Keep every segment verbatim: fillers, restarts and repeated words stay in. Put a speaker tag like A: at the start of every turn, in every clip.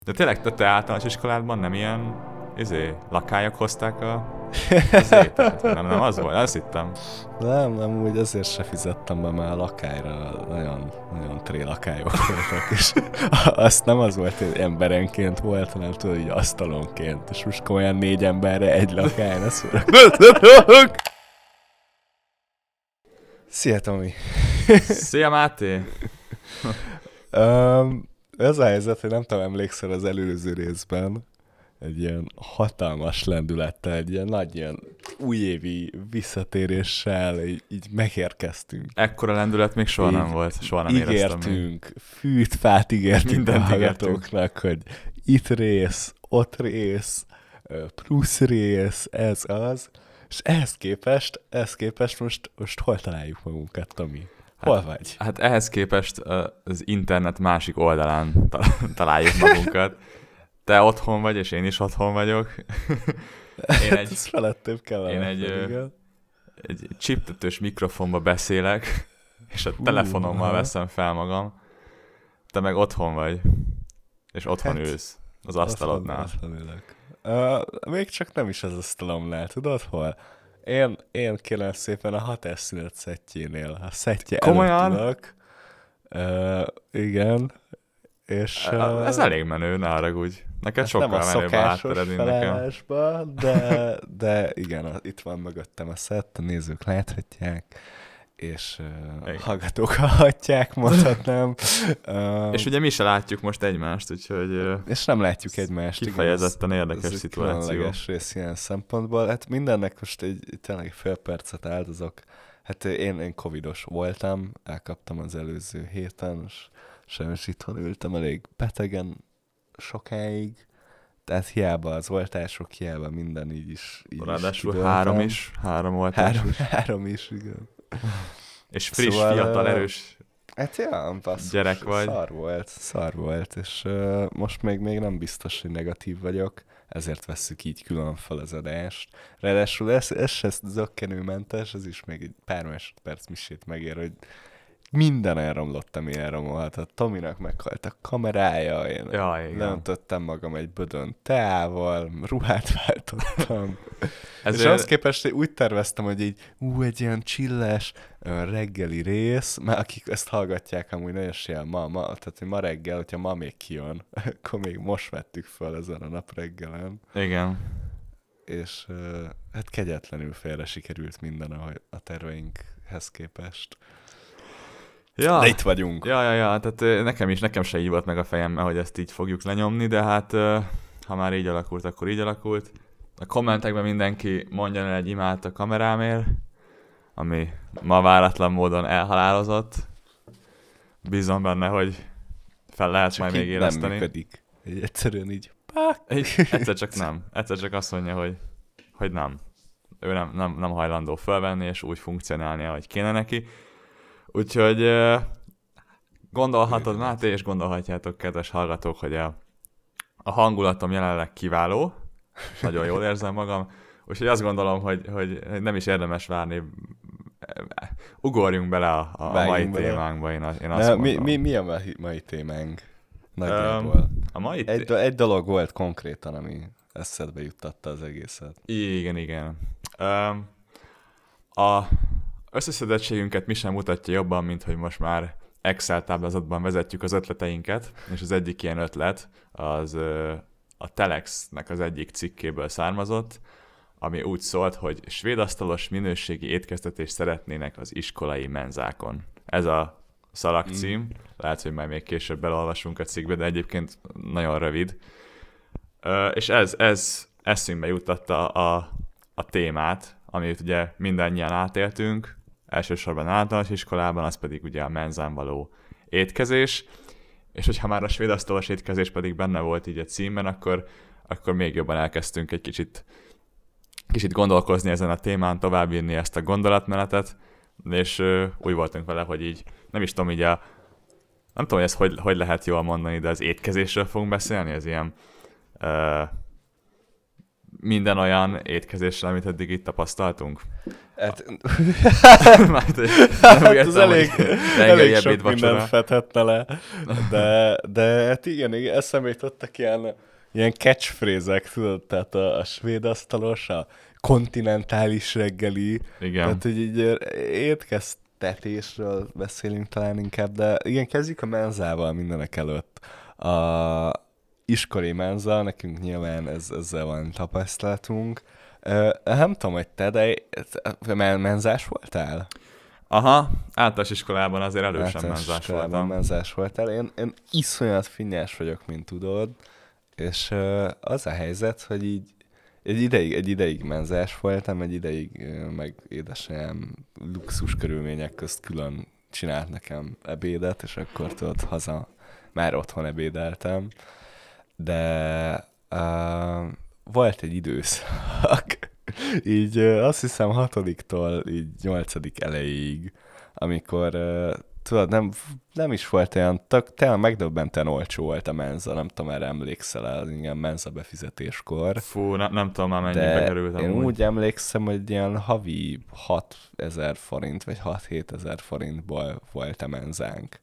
A: De tényleg te, te általános iskoládban nem ilyen izé, lakályok hozták a, az ételt? Nem, nem az volt? Azt hittem.
B: Nem, nem, úgy azért se fizettem be, mert a lakályra nagyon, nagyon tré lakályok voltak, és azt nem az volt, hogy emberenként volt, hanem tudod, hogy asztalonként, és most komolyan négy emberre egy lakályra szórakoztatok. Szia, Tomi!
A: Szia, Máté!
B: um, ez a helyzet, hogy nem tudom, emlékszel az előző részben, egy ilyen hatalmas lendülettel, egy ilyen nagy ilyen újévi visszatéréssel így, így megérkeztünk.
A: Ekkora lendület még soha
B: így
A: nem volt, soha nem éreztem még.
B: Ígértünk, fűt, fát ígértünk
A: Mindent
B: a hallgatóknak, hogy itt rész, ott rész, plusz rész, ez az, és ehhez képest, ehhez képest most, most hol találjuk magunkat, Tomi? Hol
A: hát,
B: vagy?
A: Hát ehhez képest az internet másik oldalán találjuk magunkat. Te otthon vagy, és én is otthon vagyok.
B: Én egy, ez felettébb kellene.
A: Én egy, ö, egy csiptetős mikrofonba beszélek, és a telefonommal uh, veszem fel magam. Te meg otthon vagy, és otthon hát, ülsz az asztalodnál.
B: Otthon ülök. Uh, még csak nem is az asztalomnál, tudod hol? Én, én kérem szépen a hat es szünet szettjénél, a szettje előtt ülök. Uh, igen. És,
A: uh, ez elég menő, ne haragudj. Neked sokkal menőbb átteredni nekem.
B: De, de igen, itt van mögöttem a szett, a nézők láthatják, és uh, hallgatók hallhatják, mondhatnám.
A: Uh, és ugye mi se látjuk most egymást, úgyhogy... Uh,
B: és nem látjuk egymást.
A: Kifejezetten igen, érdekes
B: ez
A: szituáció. Ez
B: különleges rész ilyen szempontból. Hát mindennek most egy tényleg fél percet áldozok. Hát én, én covidos voltam, elkaptam az előző héten, és sajnos itthon ültem elég betegen sokáig, tehát hiába az oltások, hiába minden így is így
A: ráadásul is három is, három oltás
B: három,
A: is.
B: Három is, igen.
A: És friss, szóval, fiatal, erős
B: hát ja, basszus,
A: gyerek vagy.
B: Szar volt, szar volt, és uh, most még, még nem biztos, hogy negatív vagyok, ezért vesszük így külön fel az adást. Ráadásul ez, ez se zökkenőmentes, ez is még egy pár másodperc misét megér, hogy minden elromlott, ami elromolhatott. Tominak meghalt a kamerája, én
A: ja,
B: leöntöttem magam egy bödön teával, ruhát váltottam. És ő... ahhoz képest úgy terveztem, hogy így, ú, egy ilyen csilles reggeli rész, mert akik ezt hallgatják amúgy nagyon sél ma, ma, tehát hogy ma reggel, hogyha ma még kijön, akkor még most vettük fel ezen a nap reggelen.
A: Igen.
B: És hát kegyetlenül félre sikerült minden a, a terveinkhez képest.
A: Ja.
B: De itt vagyunk.
A: Ja, ja, ja, tehát nekem is, nekem se így volt meg a fejemmel, hogy ezt így fogjuk lenyomni, de hát ha már így alakult, akkor így alakult. A kommentekben mindenki mondjon el egy imád a kamerámért, ami ma váratlan módon elhalálozott. Bízom benne, hogy fel lehet csak majd még éleszteni.
B: Nem működik. Egy egyszerűen így...
A: Egy, egyszer csak nem. Egyszer csak azt mondja, hogy, hogy nem. Ő nem, nem, nem hajlandó felvenni, és úgy funkcionálni, ahogy kéne neki. Úgyhogy gondolhatod, Máté, és gondolhatjátok, kedves hallgatók, hogy a, a hangulatom jelenleg kiváló. Nagyon jól érzem magam. Úgyhogy azt gondolom, hogy, hogy, hogy nem is érdemes várni. Ugorjunk bele a, a mai bele. témánkba, én, én azt
B: Na,
A: mondom.
B: Mi, mi, mi a mai témánk? Nagyjából. Um,
A: a mai
B: egy, do, egy dolog volt konkrétan, ami eszedbe juttatta az egészet.
A: Igen, igen. Um, a összeszedettségünket mi sem mutatja jobban, mint hogy most már Excel táblázatban vezetjük az ötleteinket, és az egyik ilyen ötlet az a Telexnek az egyik cikkéből származott, ami úgy szólt, hogy svédasztalos minőségi étkeztetést szeretnének az iskolai menzákon. Ez a szalagcím, mm. lehet, hogy majd még később belolvasunk a cikkbe, de egyébként nagyon rövid. És ez, ez eszünkbe juttatta a, a témát, amit ugye mindannyian átéltünk, elsősorban általános iskolában, az pedig ugye a menzán való étkezés, és hogyha már a svédasztalos étkezés pedig benne volt így a címben, akkor, akkor még jobban elkezdtünk egy kicsit, kicsit gondolkozni ezen a témán, továbbírni ezt a gondolatmenetet, és uh, úgy voltunk vele, hogy így, nem is tudom, így a, nem tudom, hogy ezt hogy, hogy lehet jól mondani, de az étkezésről fogunk beszélni, ez ilyen uh, minden olyan étkezéssel, amit eddig itt tapasztaltunk.
B: Hát,
A: Majd,
B: hát
A: értem,
B: ez elég, elég sok
A: ebéd,
B: mindent fedhetne le, de, de hát igen, igen eszembe jutottak ilyen, ilyen catchphrase-ek, tudod, tehát a, a svéd asztalos, a kontinentális reggeli,
A: igen.
B: tehát hogy így étkeztetésről beszélünk talán inkább, de igen, kezdjük a menzával mindenek előtt. A iskolai menza, nekünk nyilván ez, ezzel van tapasztalatunk. Uh, nem tudom, hogy te, de menzás voltál?
A: Aha, általános iskolában azért elősen
B: általános
A: menzás voltam.
B: menzás voltál. Én, én iszonyat finnyás vagyok, mint tudod, és uh, az a helyzet, hogy így egy ideig, egy ideig menzás voltam, egy ideig uh, meg édesanyám luxus körülmények közt külön csinált nekem ebédet, és akkor tudod, haza már otthon ebédeltem. De uh, volt egy időszak, így uh, azt hiszem hatodiktól így nyolcadik elejéig, amikor uh, tudod, nem, nem is volt olyan, tök, tényleg megdöbbenten olcsó volt a menza, nem tudom, erre emlékszel el, igen, menza befizetéskor.
A: Fú, ne, nem tudom már mennyibe kerültem.
B: Én úgy. úgy emlékszem, hogy ilyen havi hatezer forint, vagy hat-hét ezer forintból volt a menzánk.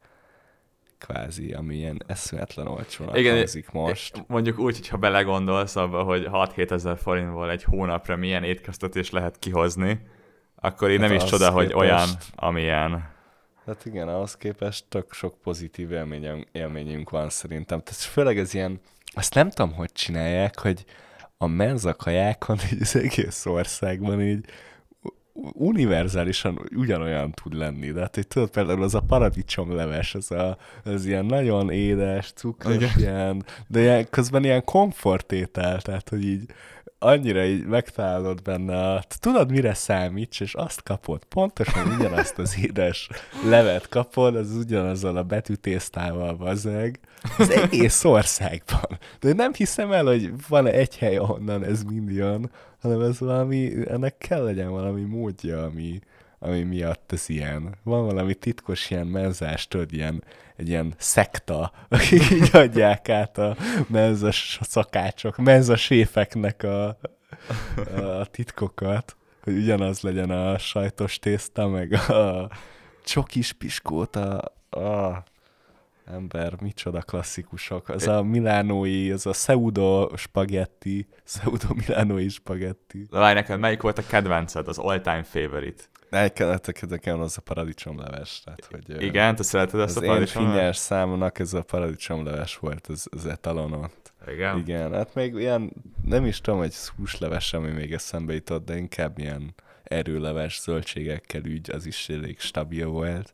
B: Kvázi, ami ilyen eszméletlen olcsónak
A: igen,
B: hangzik most.
A: Mondjuk úgy, hogyha belegondolsz abba, hogy hat-hét ezer forintból egy hónapra milyen étkeztetés lehet kihozni, akkor én hát nem is csoda, képest, hogy olyan, amilyen.
B: Hát igen, ahhoz képest tök sok pozitív élményünk, élményünk van szerintem. Tehát főleg ez ilyen, azt nem tudom, hogy csinálják, hogy a menza kajákon így az egész országban így univerzálisan ugyanolyan tud lenni. De hát, hogy tudod, például az a paradicsomleves, az, a, az ilyen nagyon édes, cukros, igen. ilyen, de ilyen, közben ilyen komfortétel, tehát, hogy így annyira így megtalálod benne a, tudod, mire számíts, és azt kapod. Pontosan ugyanazt az édes levet kapod, az ugyanazzal a betűtésztával vazeg, az egész országban. De nem hiszem el, hogy van egy hely, ahonnan ez mind jön, hanem ez valami, ennek kell legyen valami módja, ami, ami miatt ez ilyen. Van valami titkos ilyen menzás, tudod, ilyen, egy ilyen szekta, akik így adják át a menzas szakácsok, menzaséfeknek a, a titkokat, hogy ugyanaz legyen a sajtos tészta, meg a csokis piskóta, a ember, micsoda klasszikusok. Az a milánói, az a pseudo spagetti, pseudo milánói spagetti.
A: De várj neked, melyik volt a kedvenced, az all-time favorite?
B: Nekem az a paradicsomleves. Tehát, hogy
A: igen, te szereted ezt a paradicsomleves?
B: Az én finnyás számnak ez a paradicsomleves volt, az, az etalonot.
A: Igen?
B: Igen, hát még ilyen, nem is tudom, hogy húsleves, ami még eszembe jutott, de inkább ilyen erőleves zöldségekkel ügy, az is elég stabil volt.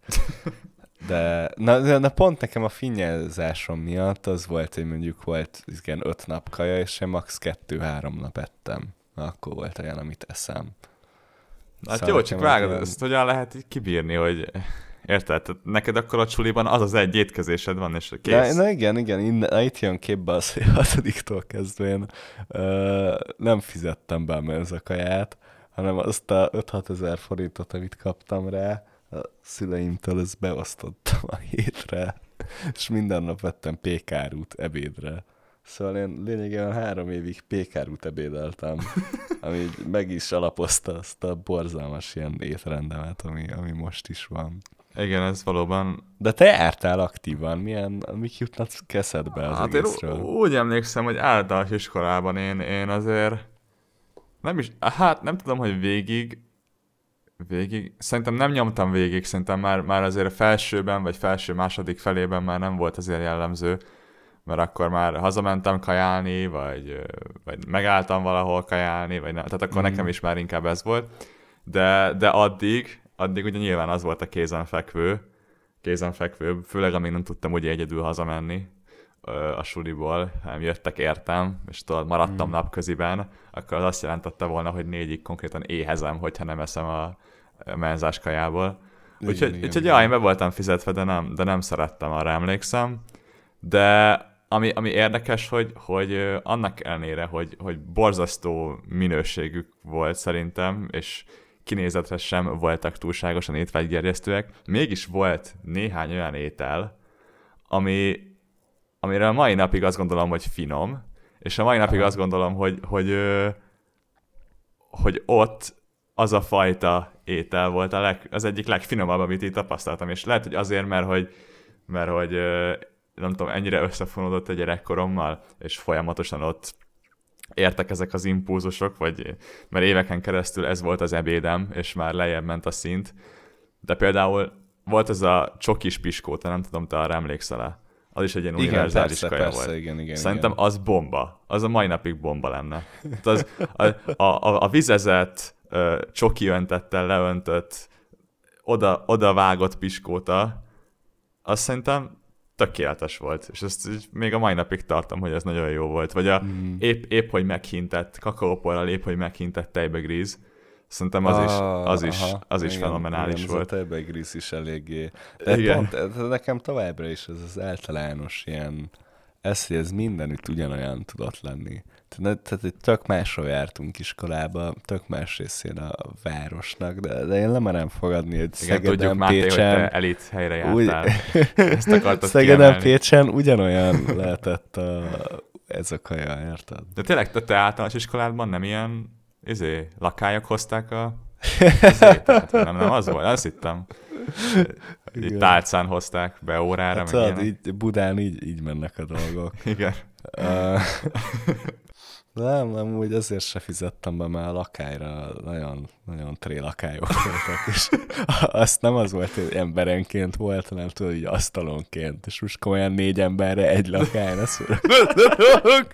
B: De na, na pont nekem a finnyázásom miatt az volt, hogy mondjuk volt igen, öt nap kaja, és én max. kettő-három nap ettem. Na, akkor volt olyan, amit eszem.
A: Hát szóval jó, csak vágod, ilyen... ezt hogyan lehet így kibírni, hogy érted? Neked akkor a csuliban az az egy étkezésed van, és kész.
B: Na, na igen, igen, innen, itt jön képbe az, hogy hatodiktól kezdvén uh, nem fizettem be a menzakaját, hanem azt a öt-hat ezer forintot, amit kaptam rá, a szüleimtől ezt beosztottam a hétre, és minden nap vettem pékárút ebédre. Szóval én lényegében három évig pékárút ebédeltem, ami meg is alapozta azt a borzalmas ilyen étrendemet, ami, ami most is van.
A: Igen, ez valóban...
B: De te jártál aktívan, milyen, mik jutnak eszedbe az
A: hát
B: egészről?
A: Én úgy emlékszem, hogy általános iskolában én, én azért nem is, hát nem tudom, hogy végig, végig, szerintem nem nyomtam végig, szerintem már, már azért a felsőben, vagy felső-második felében már nem volt azért jellemző, mert akkor már hazamentem kajálni, vagy, vagy megálltam valahol kajálni, vagy nem, tehát akkor mm. nekem is már inkább ez volt, de, de addig, addig ugye nyilván az volt a kézenfekvő, kézenfekvő, főleg amíg nem tudtam ugye egyedül hazamenni a suliból, nem jöttek értem, és tudod, maradtam mm. napköziben, akkor az azt jelentette volna, hogy négyig konkrétan éhezem, hogyha nem eszem a menzás kajából. Úgyhogy, úgyhogy ja, én be voltam fizetve, de nem, de nem szerettem, arra emlékszem. De ami, ami érdekes, hogy, hogy annak ellenére, hogy, hogy borzasztó minőségük volt szerintem, és kinézetre sem voltak túlságosan étvágygerjesztőek, mégis volt néhány olyan étel, ami, amire a mai napig azt gondolom, hogy finom, és a mai napig azt gondolom, hogy, hogy, hogy ott az a fajta étel volt a leg, az egyik legfinomabb, amit így tapasztaltam, és lehet, hogy azért, mert hogy, mert hogy nem tudom, ennyire összefonódott a gyerekkorommal, és folyamatosan ott értek ezek az impulzusok, vagy mert éveken keresztül ez volt az ebédem, és már lejjebb ment a szint, de például volt ez a csokis piskóta, nem tudom, te arra emlékszel-e? Az is egy ilyen
B: igen,
A: univerzális
B: persze,
A: kaja
B: persze,
A: volt.
B: igen, igen,
A: Szerintem
B: igen.
A: az bomba. Az a mai napig bomba lenne. Az, a, a, a vizezett, uh, csoki öntettel leöntött, oda, oda vágott piskóta, az szerintem tökéletes volt. És ezt még a mai napig tartom, hogy ez nagyon jó volt. Vagy a mm. épp, épp, hogy meghintett kakaóporral, épp, hogy meghintett tejbegríz. Szerintem az, ah, is, az, is, aha, az is igen, fenomenális
B: igen,
A: volt.
B: Az a tejbegríz is eléggé. De igen. Pont, nekem továbbra is ez az általános ilyen, ez, hogy ez mindenütt ugyanolyan tudott lenni. Tehát, tehát tök másról jártunk iskolába, tök más részén a városnak, de, de én nem merem fogadni, hogy
A: igen,
B: Szegeden,
A: tudjuk, Máté,
B: Pécsen...
A: hogy te elit helyre jártál. Úgy, ezt akartad
B: Szegeden,
A: kiemelni.
B: Pécsen ugyanolyan lehetett a, ez a kaja, érted?
A: De tényleg te, te általános iskoládban nem ilyen izé, lakályok hozták a az ételt? Nem, nem az volt, azt hittem. Így tálcán hozták be órára.
B: Hát tudod, így Budán így, így mennek a dolgok.
A: Igen.
B: Uh, nem, nem, úgy azért se fizettem be, mert a lakályra nagyon, nagyon tré lakályok voltak, és azt nem az volt, hogy emberenként volt, hanem tudod, így asztalonként, és most komolyan négy emberre egy lakály, ne szólok.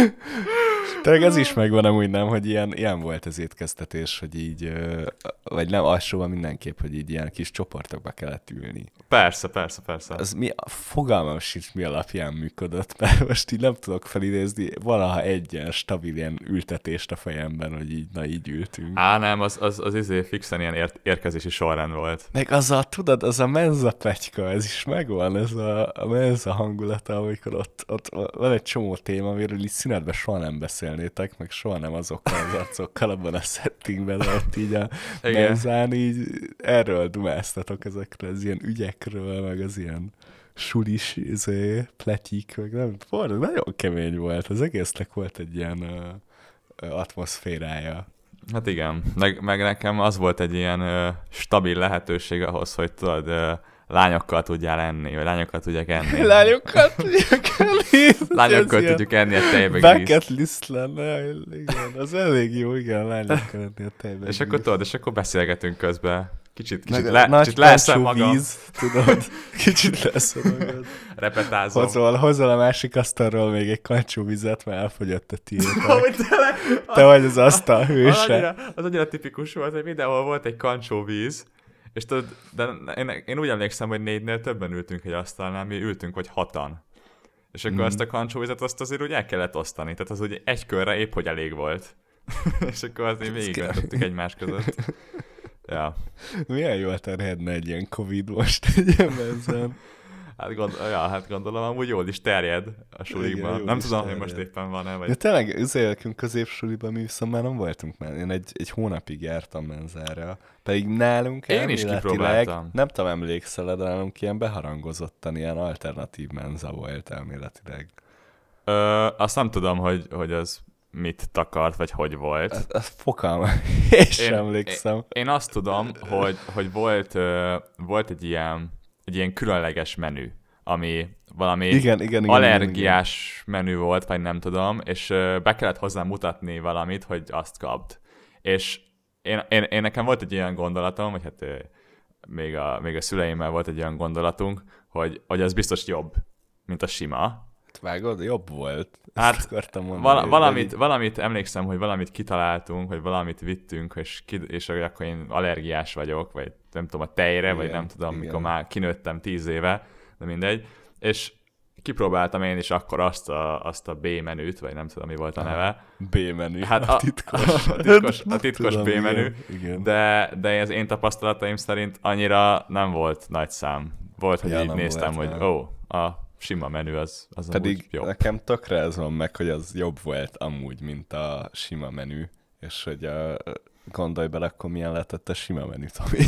B: Tehát ez is megvan amúgy, nem, hogy ilyen, ilyen volt az étkeztetés, hogy így, vagy nem, alsóban mindenképp, hogy így ilyen kis csoportokba kellett ülni.
A: Persze, persze, persze.
B: Az mi, fogalmam sincs, mi alapján működött, mert most így nem tudok felidézni valaha egy ilyen stabil ilyen ültetést a fejemben, hogy így, na így ültünk.
A: Á, nem, az, az, az izé fixen ilyen ér- érkezési sorrend volt.
B: Meg az a, tudod, az a menza pletyka, ez is megvan, ez a, a menza hangulata, amikor ott, ott van egy csomó téma, amiről így szünetben soha nem beszélnétek, meg soha nem azokkal az arcokkal abban a settingben, de ott így a igen. menzán így erről dumáztatok ezekről, az ilyen ügyekről, meg az ilyen sulis izé, pletyik, meg nem tudom, nagyon kemény volt, az egésznek volt egy ilyen uh, atmoszférája.
A: Hát igen, meg, meg nekem az volt egy ilyen uh, stabil lehetőség ahhoz, hogy tudod, uh, lányokkal tudjál enni, vagy lányokkal tudjak enni.
B: Lányokkal tudjak enni?
A: Lányokkal tudjuk enni a tejbegrízt.
B: Bucket list lenne, igen, az elég jó, igen, lányokkal enni a tejbegrízt.
A: És akkor tudod, és akkor beszélgetünk közben. Kicsit, kicsit,
B: Meg,
A: le,
B: nagy
A: kicsit leszem magam.
B: víz, tudod, kicsit leszem magad.
A: Repetázom.
B: Hozol, hozol a másik asztalról még egy kancsó vizet, mert elfogyott a tiétek.
A: Te,
B: Te vagy az asztal hőse.
A: Az annyira, az annyira tipikus volt, hogy mindenhol volt egy kancsó víz, és tudod, de én, én úgy emlékszem, hogy négynél többen ültünk egy asztalnál, mi ültünk, vagy hatan. És akkor mm. azt a kancsóvizet azt azért úgy el kellett osztani, tehát az úgy egy körre épp, hogy elég volt. És akkor azért végigöntöttük egymás között. Ja.
B: Milyen jól terjedne egy ilyen Covid most egy ilyen benzen.
A: Hát, gond, ja, hát gondolom, amúgy jól is terjed a sulikban. Igen, nem tudom, terjed. Hogy most éppen van-e. Vagy...
B: Ja, tényleg, üzélkünk középsuliban, mi viszont már nem voltunk már. Én egy, egy hónapig jártam menzára. Pedig nálunk
A: Én is kipróbáltam.
B: Nem tudom, emlékszel, de nálunk ilyen beharangozottan ilyen alternatív menza volt elméletileg.
A: Ö, azt nem tudom, hogy, hogy az mit takart, vagy hogy volt.
B: Az, az fogalma. És sem emlékszem.
A: Én, én azt tudom, hogy, hogy volt, uh, volt egy ilyen, egy ilyen különleges menü, ami valami
B: igen, igen, igen,
A: allergiás igen, igen. menü volt, vagy nem tudom, és uh, be kellett hozzá mutatni valamit, hogy azt kapd. És én, én, én nekem volt egy ilyen gondolatom, hogy hát uh, még, a, még a szüleimmel volt egy olyan gondolatunk, hogy, hogy az biztos jobb, mint a sima.
B: Vágod, jobb volt.
A: Hát akartam mondani, val- valamit, valamit emlékszem, hogy valamit kitaláltunk, hogy valamit vittünk, és, ki, és akkor én allergiás vagyok, vagy nem tudom, a tejre, igen, vagy nem tudom, igen. Mikor már kinőttem tíz éve, de mindegy. És kipróbáltam én is akkor azt a, azt a B-menüt, vagy nem tudom, mi volt a neve.
B: B-menü,
A: hát
B: a, a titkos.
A: A, a titkos, a titkos
B: tudom,
A: B-menü,
B: igen, igen.
A: De, de az én tapasztalataim szerint annyira nem volt nagy szám. Volt, hogy ja, így néztem, volt, hogy ó, oh, a sima menü az, az
B: pedig
A: jobb.
B: Nekem tökre ez van meg, hogy az jobb volt amúgy, mint a sima menü, és hogy a, gondolj bele, akkor milyen lehetett a sima menü,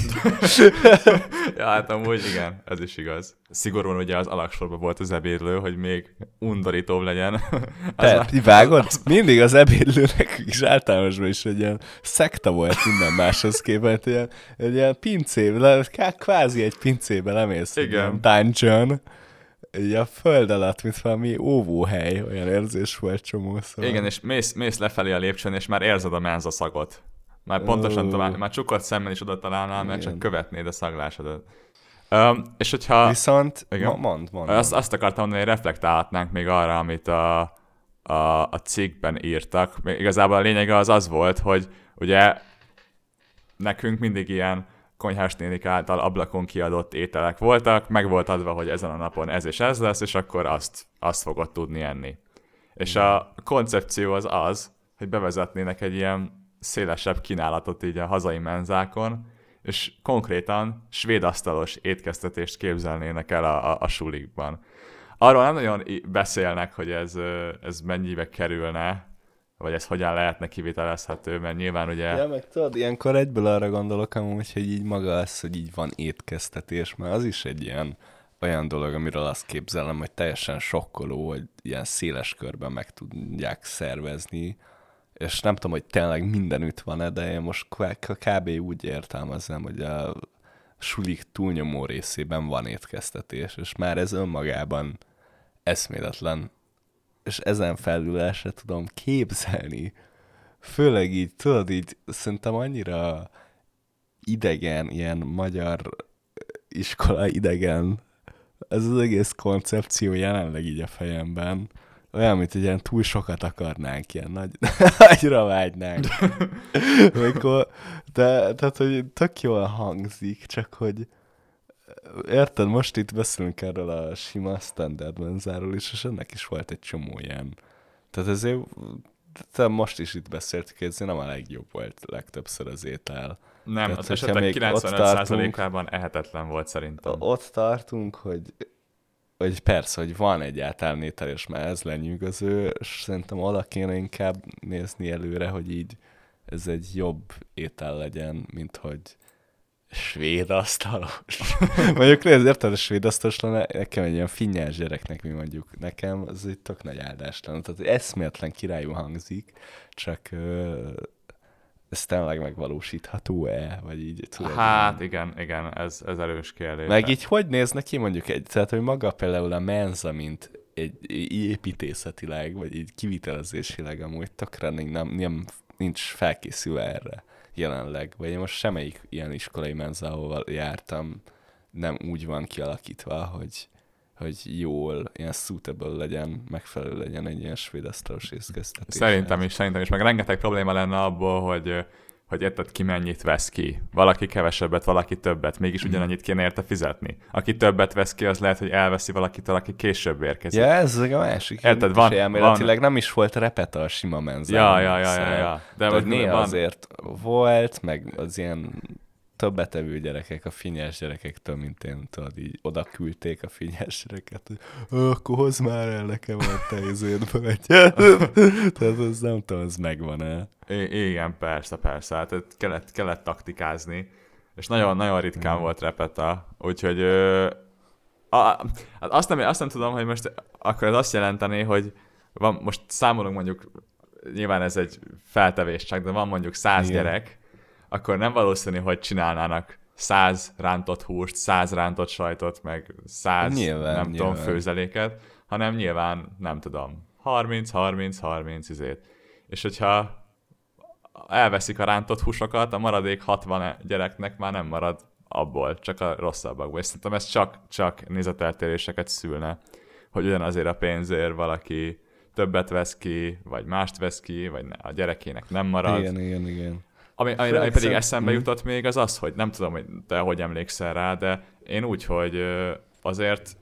A: Ja, hát amúgy igen, ez is igaz. Szigorúan ugye az alagsorban volt az ebédlő, hogy még undorítóbb legyen.
B: Te, ti vágod? Az... Mindig az ebédlőnek is általánosban is egy ilyen szekta volt minden máshoz képest, egy ilyen, egy ilyen pincébe, kvázi egy pincébe lemész, egy ilyen dungeon, így a föld alatt, mint valami óvóhely, olyan érzés volt csomószor.
A: Igen, és mész, mész lefelé a lépcsőn, és már érzed a menza szagot. Már pontosan oh. talál, már csukott szemmel is oda találnál, mert csak követnéd a szaglásodat. Um, és hogyha...
B: Viszont, ma, mond, mond.
A: Azt, azt akartam mondani, hogy reflektálhatnánk még arra, amit a, a, a cikkben írtak. Még igazából a lényege az az volt, hogy ugye nekünk mindig ilyen konyhás nénik által ablakon kiadott ételek voltak, meg volt adva, hogy ezen a napon ez és ez lesz, és akkor azt, azt fogod tudni enni. És a koncepció az az, hogy bevezetnének egy ilyen szélesebb kínálatot így a hazai menzákon, és konkrétan svédasztalos étkeztetést képzelnének el a, a, a sulikban. Arról nem nagyon beszélnek, hogy ez, ez mennyibe kerülne, vagy ez hogyan lehetne kivitelezhető, mert nyilván ugye...
B: Ja, meg tudod, ilyenkor egyből arra gondolok amúgy, hogy így maga az, hogy így van étkeztetés, mert az is egy ilyen olyan dolog, amiről azt képzelem, hogy teljesen sokkoló, hogy ilyen széles körben meg tudják szervezni, és nem tudom, hogy tényleg mindenütt van-e, de én most kb. Úgy értelmezem, hogy a sulik túlnyomó részében van étkeztetés, és már ez önmagában eszméletlen. És ezen felül el se tudom képzelni. Főleg így, tudod, így szerintem annyira idegen, ilyen magyar iskola idegen, ez az egész koncepció jelenleg így a fejemben. Olyan, mint hogy ilyen túl sokat akarnánk, ilyen nagy, nagyra vágynánk. Mikor, de, tehát, hogy tök jól hangzik, csak hogy érted, most itt beszélünk erről a sima standard menzáról is, és ennek is volt egy csomó ilyen. Tehát ezért most is itt beszéltük, hogy ez nem a legjobb volt legtöbbször az étel.
A: Nem, tehát, az esetek kilencvenöt százalékában ehetetlen volt szerintem.
B: Ott tartunk, hogy hogy persze, hogy van egyáltalán étel, és már ez lenyűgöző, és szerintem oda kéne inkább nézni előre, hogy így ez egy jobb étel legyen, mint hogy svéd asztalos. Mondjuk nézd, érted, a svéd asztalos lenne, nekem egy ilyen finnyás gyereknek, mi mondjuk, nekem az egy tök nagy áldás lenne. Tehát eszméletlen királyú hangzik, csak ez tényleg megvalósítható-e? Vagy így, tudod,
A: hát nem? igen, igen, ez, ez erős kérdés.
B: Meg így hogy néz neki mondjuk egy, tehát hogy maga például a menza, mint egy építészetileg, vagy így kivitelezésileg amúgy tökre nem, nem, nincs felkészülve erre jelenleg. Vagy én most semmelyik ilyen iskolai menza, ahol jártam, nem úgy van kialakítva, hogy hogy jól, ilyen suitable legyen, megfelelő legyen egy ilyen svéd asztalos étkeztetés.
A: Szerintem is, szerintem is. Meg rengeteg probléma lenne abból, hogy, hogy érted, ki mennyit vesz ki. Valaki kevesebbet, valaki többet. Mégis ugyanannyit kéne érte fizetni. Aki többet vesz ki, az lehet, hogy elveszi valakitől, aki később érkezik.
B: Ja, ez a másik.
A: Érted, van,
B: elméletileg van... nem is volt repeta a sima menzán.
A: Ja, ja, ja, ja, ja.
B: De hogy néha van... azért volt, meg az ilyen többetevő gyerekek, a finnyás gyerekektől, mint én, tudod, így oda küldték a finnyás gyereket, hogy akkor hozd már el nekem a tejzétből egyet. Tehát ez nem tudom, ez megvan-e.
A: I- igen, persze, persze. Hát kellett, kellett taktikázni, és nagyon, nagyon ritkán hmm. volt repeta, úgyhogy ö, a, hát azt, nem, azt nem tudom, hogy most akkor ez azt jelenteni, hogy van, most számolunk mondjuk, nyilván ez egy feltevés csak, de van mondjuk száz igen. gyerek, akkor nem valószínű, hogy csinálnának száz rántott húst, száz rántott sajtot, meg száz nyilván, nem nyilván. tudom, főzeléket, hanem nyilván, nem tudom, harminc, harminc, harminc izét. És hogyha elveszik a rántott húsokat, a maradék hatvan gyereknek már nem marad abból, csak a rosszabbakból. És szerintem ez csak, csak nézeteltéréseket szülne, hogy ugyanazért a pénzért valaki többet vesz ki, vagy mást vesz ki, vagy a gyerekének nem marad.
B: Igen, igen, igen.
A: Ami, ami, ami pedig eszembe jutott még, az az, hogy nem tudom, hogy te hogy emlékszel rá, de én úgy, hogy azért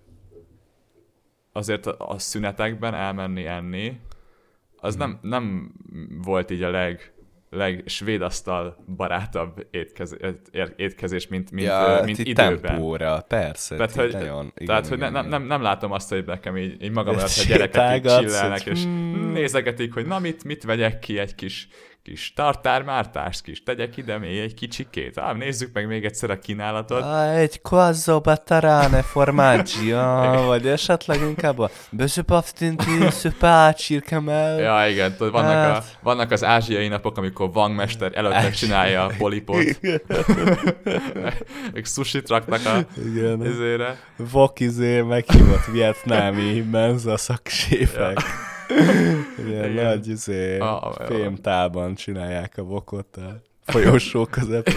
A: azért a szünetekben elmenni enni, az hmm. nem, nem volt így a leg, leg svédasztal barátabb étkez, étkezés, mint, mint,
B: ja,
A: mint időben.
B: Tempóra, persze.
A: Tehát, hogy,
B: nagyon, igen,
A: tehát, hogy
B: igen,
A: ne,
B: igen.
A: nem, nem látom azt, hogy nekem így, így magam alatt a gyerekek így chillelnek, és hmm. nézegetik, hogy na mit, mit vegyek ki, egy kis kis tartármártást, kis tegyek ide még egy kicsikét. Á, nézzük meg még egyszer a kínálatot.
B: Ah, egy quazzo battarane formaggio, vagy esetleg inkább a bösöpaftinti szöpá csirkemel.
A: Ja, igen, tudod, vannak, hát... a, vannak az ázsiai napok, amikor Wang mester előtte csinálja a polipot. Még sushit raknak a izére.
B: Vok izé meghívott vietnámi menza szakséfek. Ja. Ilyen igen. Nagy izé, fémtálban csinálják a vokot a folyosó közepén.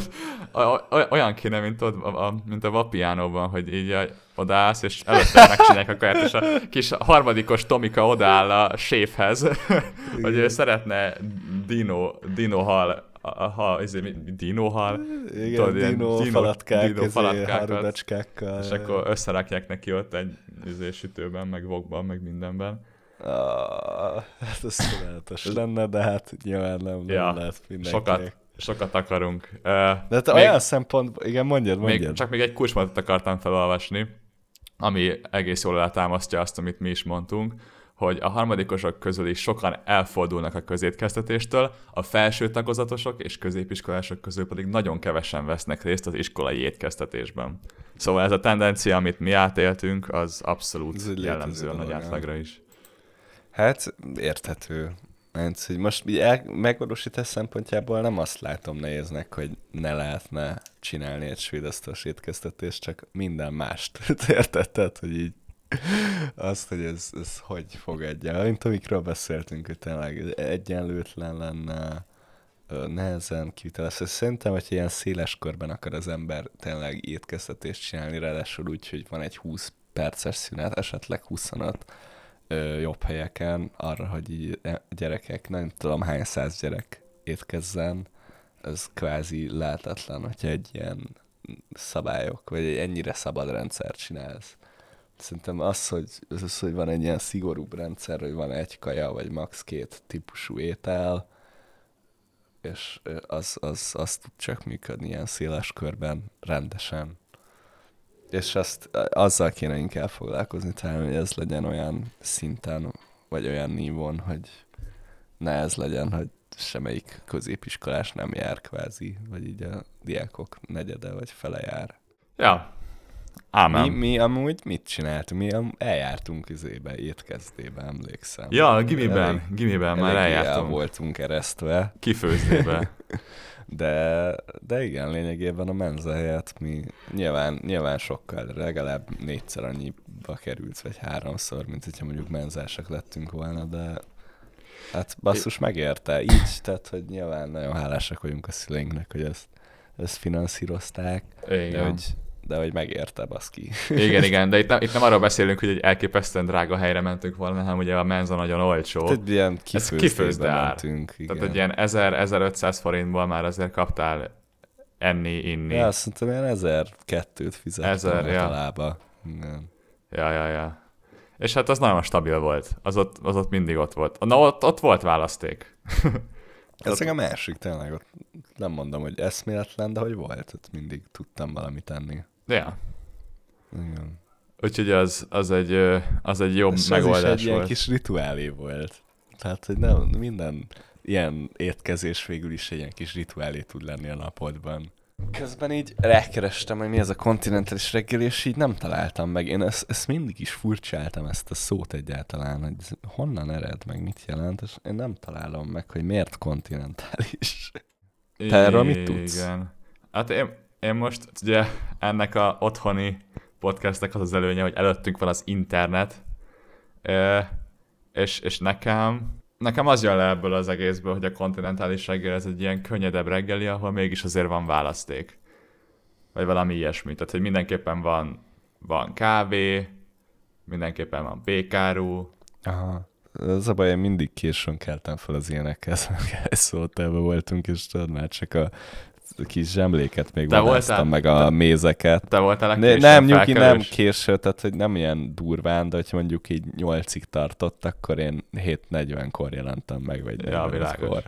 A: Olyan kéne, mint, ott, a, mint a Vapiánóban, hogy így odaállsz, és előtte megcsinálják a kaját, és a kis harmadikos Tomika odaáll a séfhez, hogy ő szeretne dino, dino hal, a, ha, izé, dino hal,
B: igen, tudod, dino, dino falatkák, dino falatkák
A: és akkor összerakják neki ott egy izé, sütőben, meg vokban, meg mindenben.
B: Ah, hát ez csodálatos lenne, de hát nyilván nem, nem
A: ja,
B: lehet mindenki.
A: Sokat, sokat akarunk. Uh,
B: de hát olyan szempont, igen, mondjad, mondjad.
A: Még, csak még egy kulcsmondatot akartam felolvasni, ami egész jól alátámasztja azt, amit mi is mondtunk, hogy a harmadikosok közül is sokan elfordulnak a közétkeztetéstől, a felső tagozatosok és középiskolások közül pedig nagyon kevesen vesznek részt az iskolai étkeztetésben. Szóval ez a tendencia, amit mi átéltünk, az abszolút jellemző a nagy átlagra is.
B: Hát érthető. Hogy most így el, megvalósítás szempontjából nem azt látom nehéznek, hogy ne lehetne csinálni egy svédasztalos étkeztetést, csak minden mást értetted, hogy így azt, hogy ez, ez hogy fogadja. Mint amikről beszéltünk, hogy tényleg egyenlőtlen lenne, nehezen kivitelezhető. Szerintem, hogy ilyen széles körben akar az ember tényleg étkeztetést csinálni, ráadásul úgy, hogy van egy húsz perces szünet, esetleg huszonöt, Ö, jobb helyeken arra, hogy így gyerekek, nem tudom hány száz gyerek étkezzen, ez kvázi lehetetlen, hogyha egy ilyen szabályok, vagy egy ennyire szabad rendszert csinálsz. Szerintem az, hogy, az, hogy van egy ilyen szigorúbb rendszer, hogy van egy kaja, vagy max. Két típusú étel, és az, az, az tud csak működni ilyen széles körben rendesen. És azt, azzal kéne inkább foglalkozni, talán, hogy ez legyen olyan szinten, vagy olyan nívón, hogy ne ez legyen, hogy semmelyik középiskolás nem jár kvázi, vagy így a diákok negyede vagy fele jár.
A: Ja, ámen.
B: Mi, mi amúgy mit csináltunk? Mi eljártunk izébe, étkezdébe, emlékszem.
A: Ja, gimiben, gimiben már eljártunk.
B: El voltunk eresztve.
A: Kifőzdébe.
B: De, de igen, lényegében a menza helyett mi nyilván, nyilván sokkal, legalább négyszer annyiba került, vagy háromszor, mint hogyha mondjuk menzásak lettünk volna, de hát basszus megérte így, tehát hogy nyilván nagyon hálásak vagyunk a szüleinknek, hogy ezt, ezt finanszírozták, de hogy, de hogy megérte, baszki.
A: Igen, igen, de itt nem, itt nem arról beszélünk, hogy egy elképesztően drága helyre mentünk volna, hanem ugye a menza nagyon olcsó.
B: Tehát ilyen kifőzdébe mentünk.
A: Igen. Tehát egy ilyen ezer-ezerötszáz forintból már azért kaptál enni, inni.
B: Ja, azt mondtam, ilyen ezerkettőt fizettem
A: Ezer, ja.
B: Talába. Igen.
A: Ja, ja, ja. És hát az nagyon stabil volt. Az ott, az ott mindig ott volt. Na, ott, ott volt választék.
B: Ez a másik, tényleg. Ott nem mondom, hogy eszméletlen, de hogy volt. Ott mindig tudtam valamit enni.
A: Ja.
B: Igen.
A: Úgyhogy az, az, egy, az egy jobb
B: és
A: megoldás
B: az is egy
A: volt.
B: ilyen kis rituálé volt. Tehát, hogy nem, minden ilyen étkezés végül is egy ilyen kis rituálé tud lenni a napodban. Közben így rákerestem, hogy mi ez a kontinentális reggeli, és így nem találtam meg. Én ezt, ezt mindig is furcsáltam, ezt a szót egyáltalán, hogy honnan ered, meg mit jelent, és én nem találom meg, hogy miért kontinentális. Te erről mit tudsz?
A: Igen. Hát én, én most ugye ennek a otthoni podcastnek az az előnye, hogy előttünk van az internet, és, és nekem, nekem az jön le ebből az egészből, hogy a kontinentális reggel ez egy ilyen könnyedebb reggeli, ahol mégis azért van választék. Vagy valami ilyesmi. Tehát, hogy mindenképpen van, van kávé, mindenképpen van békáru.
B: Aha. Az a baj, én mindig későn keltem fel az ilyenekhez, szótában voltunk, és tudod, már csak a kis zsemléket még vadásztam, meg a te, mézeket.
A: Te voltál a
B: későn Nem, nyugi, nem késő, tehát hogy nem ilyen durván, de hogyha mondjuk így nyolcig tartott, akkor én hét negyvenkor jelentem meg, vagy
A: ja,
B: negyvenkor.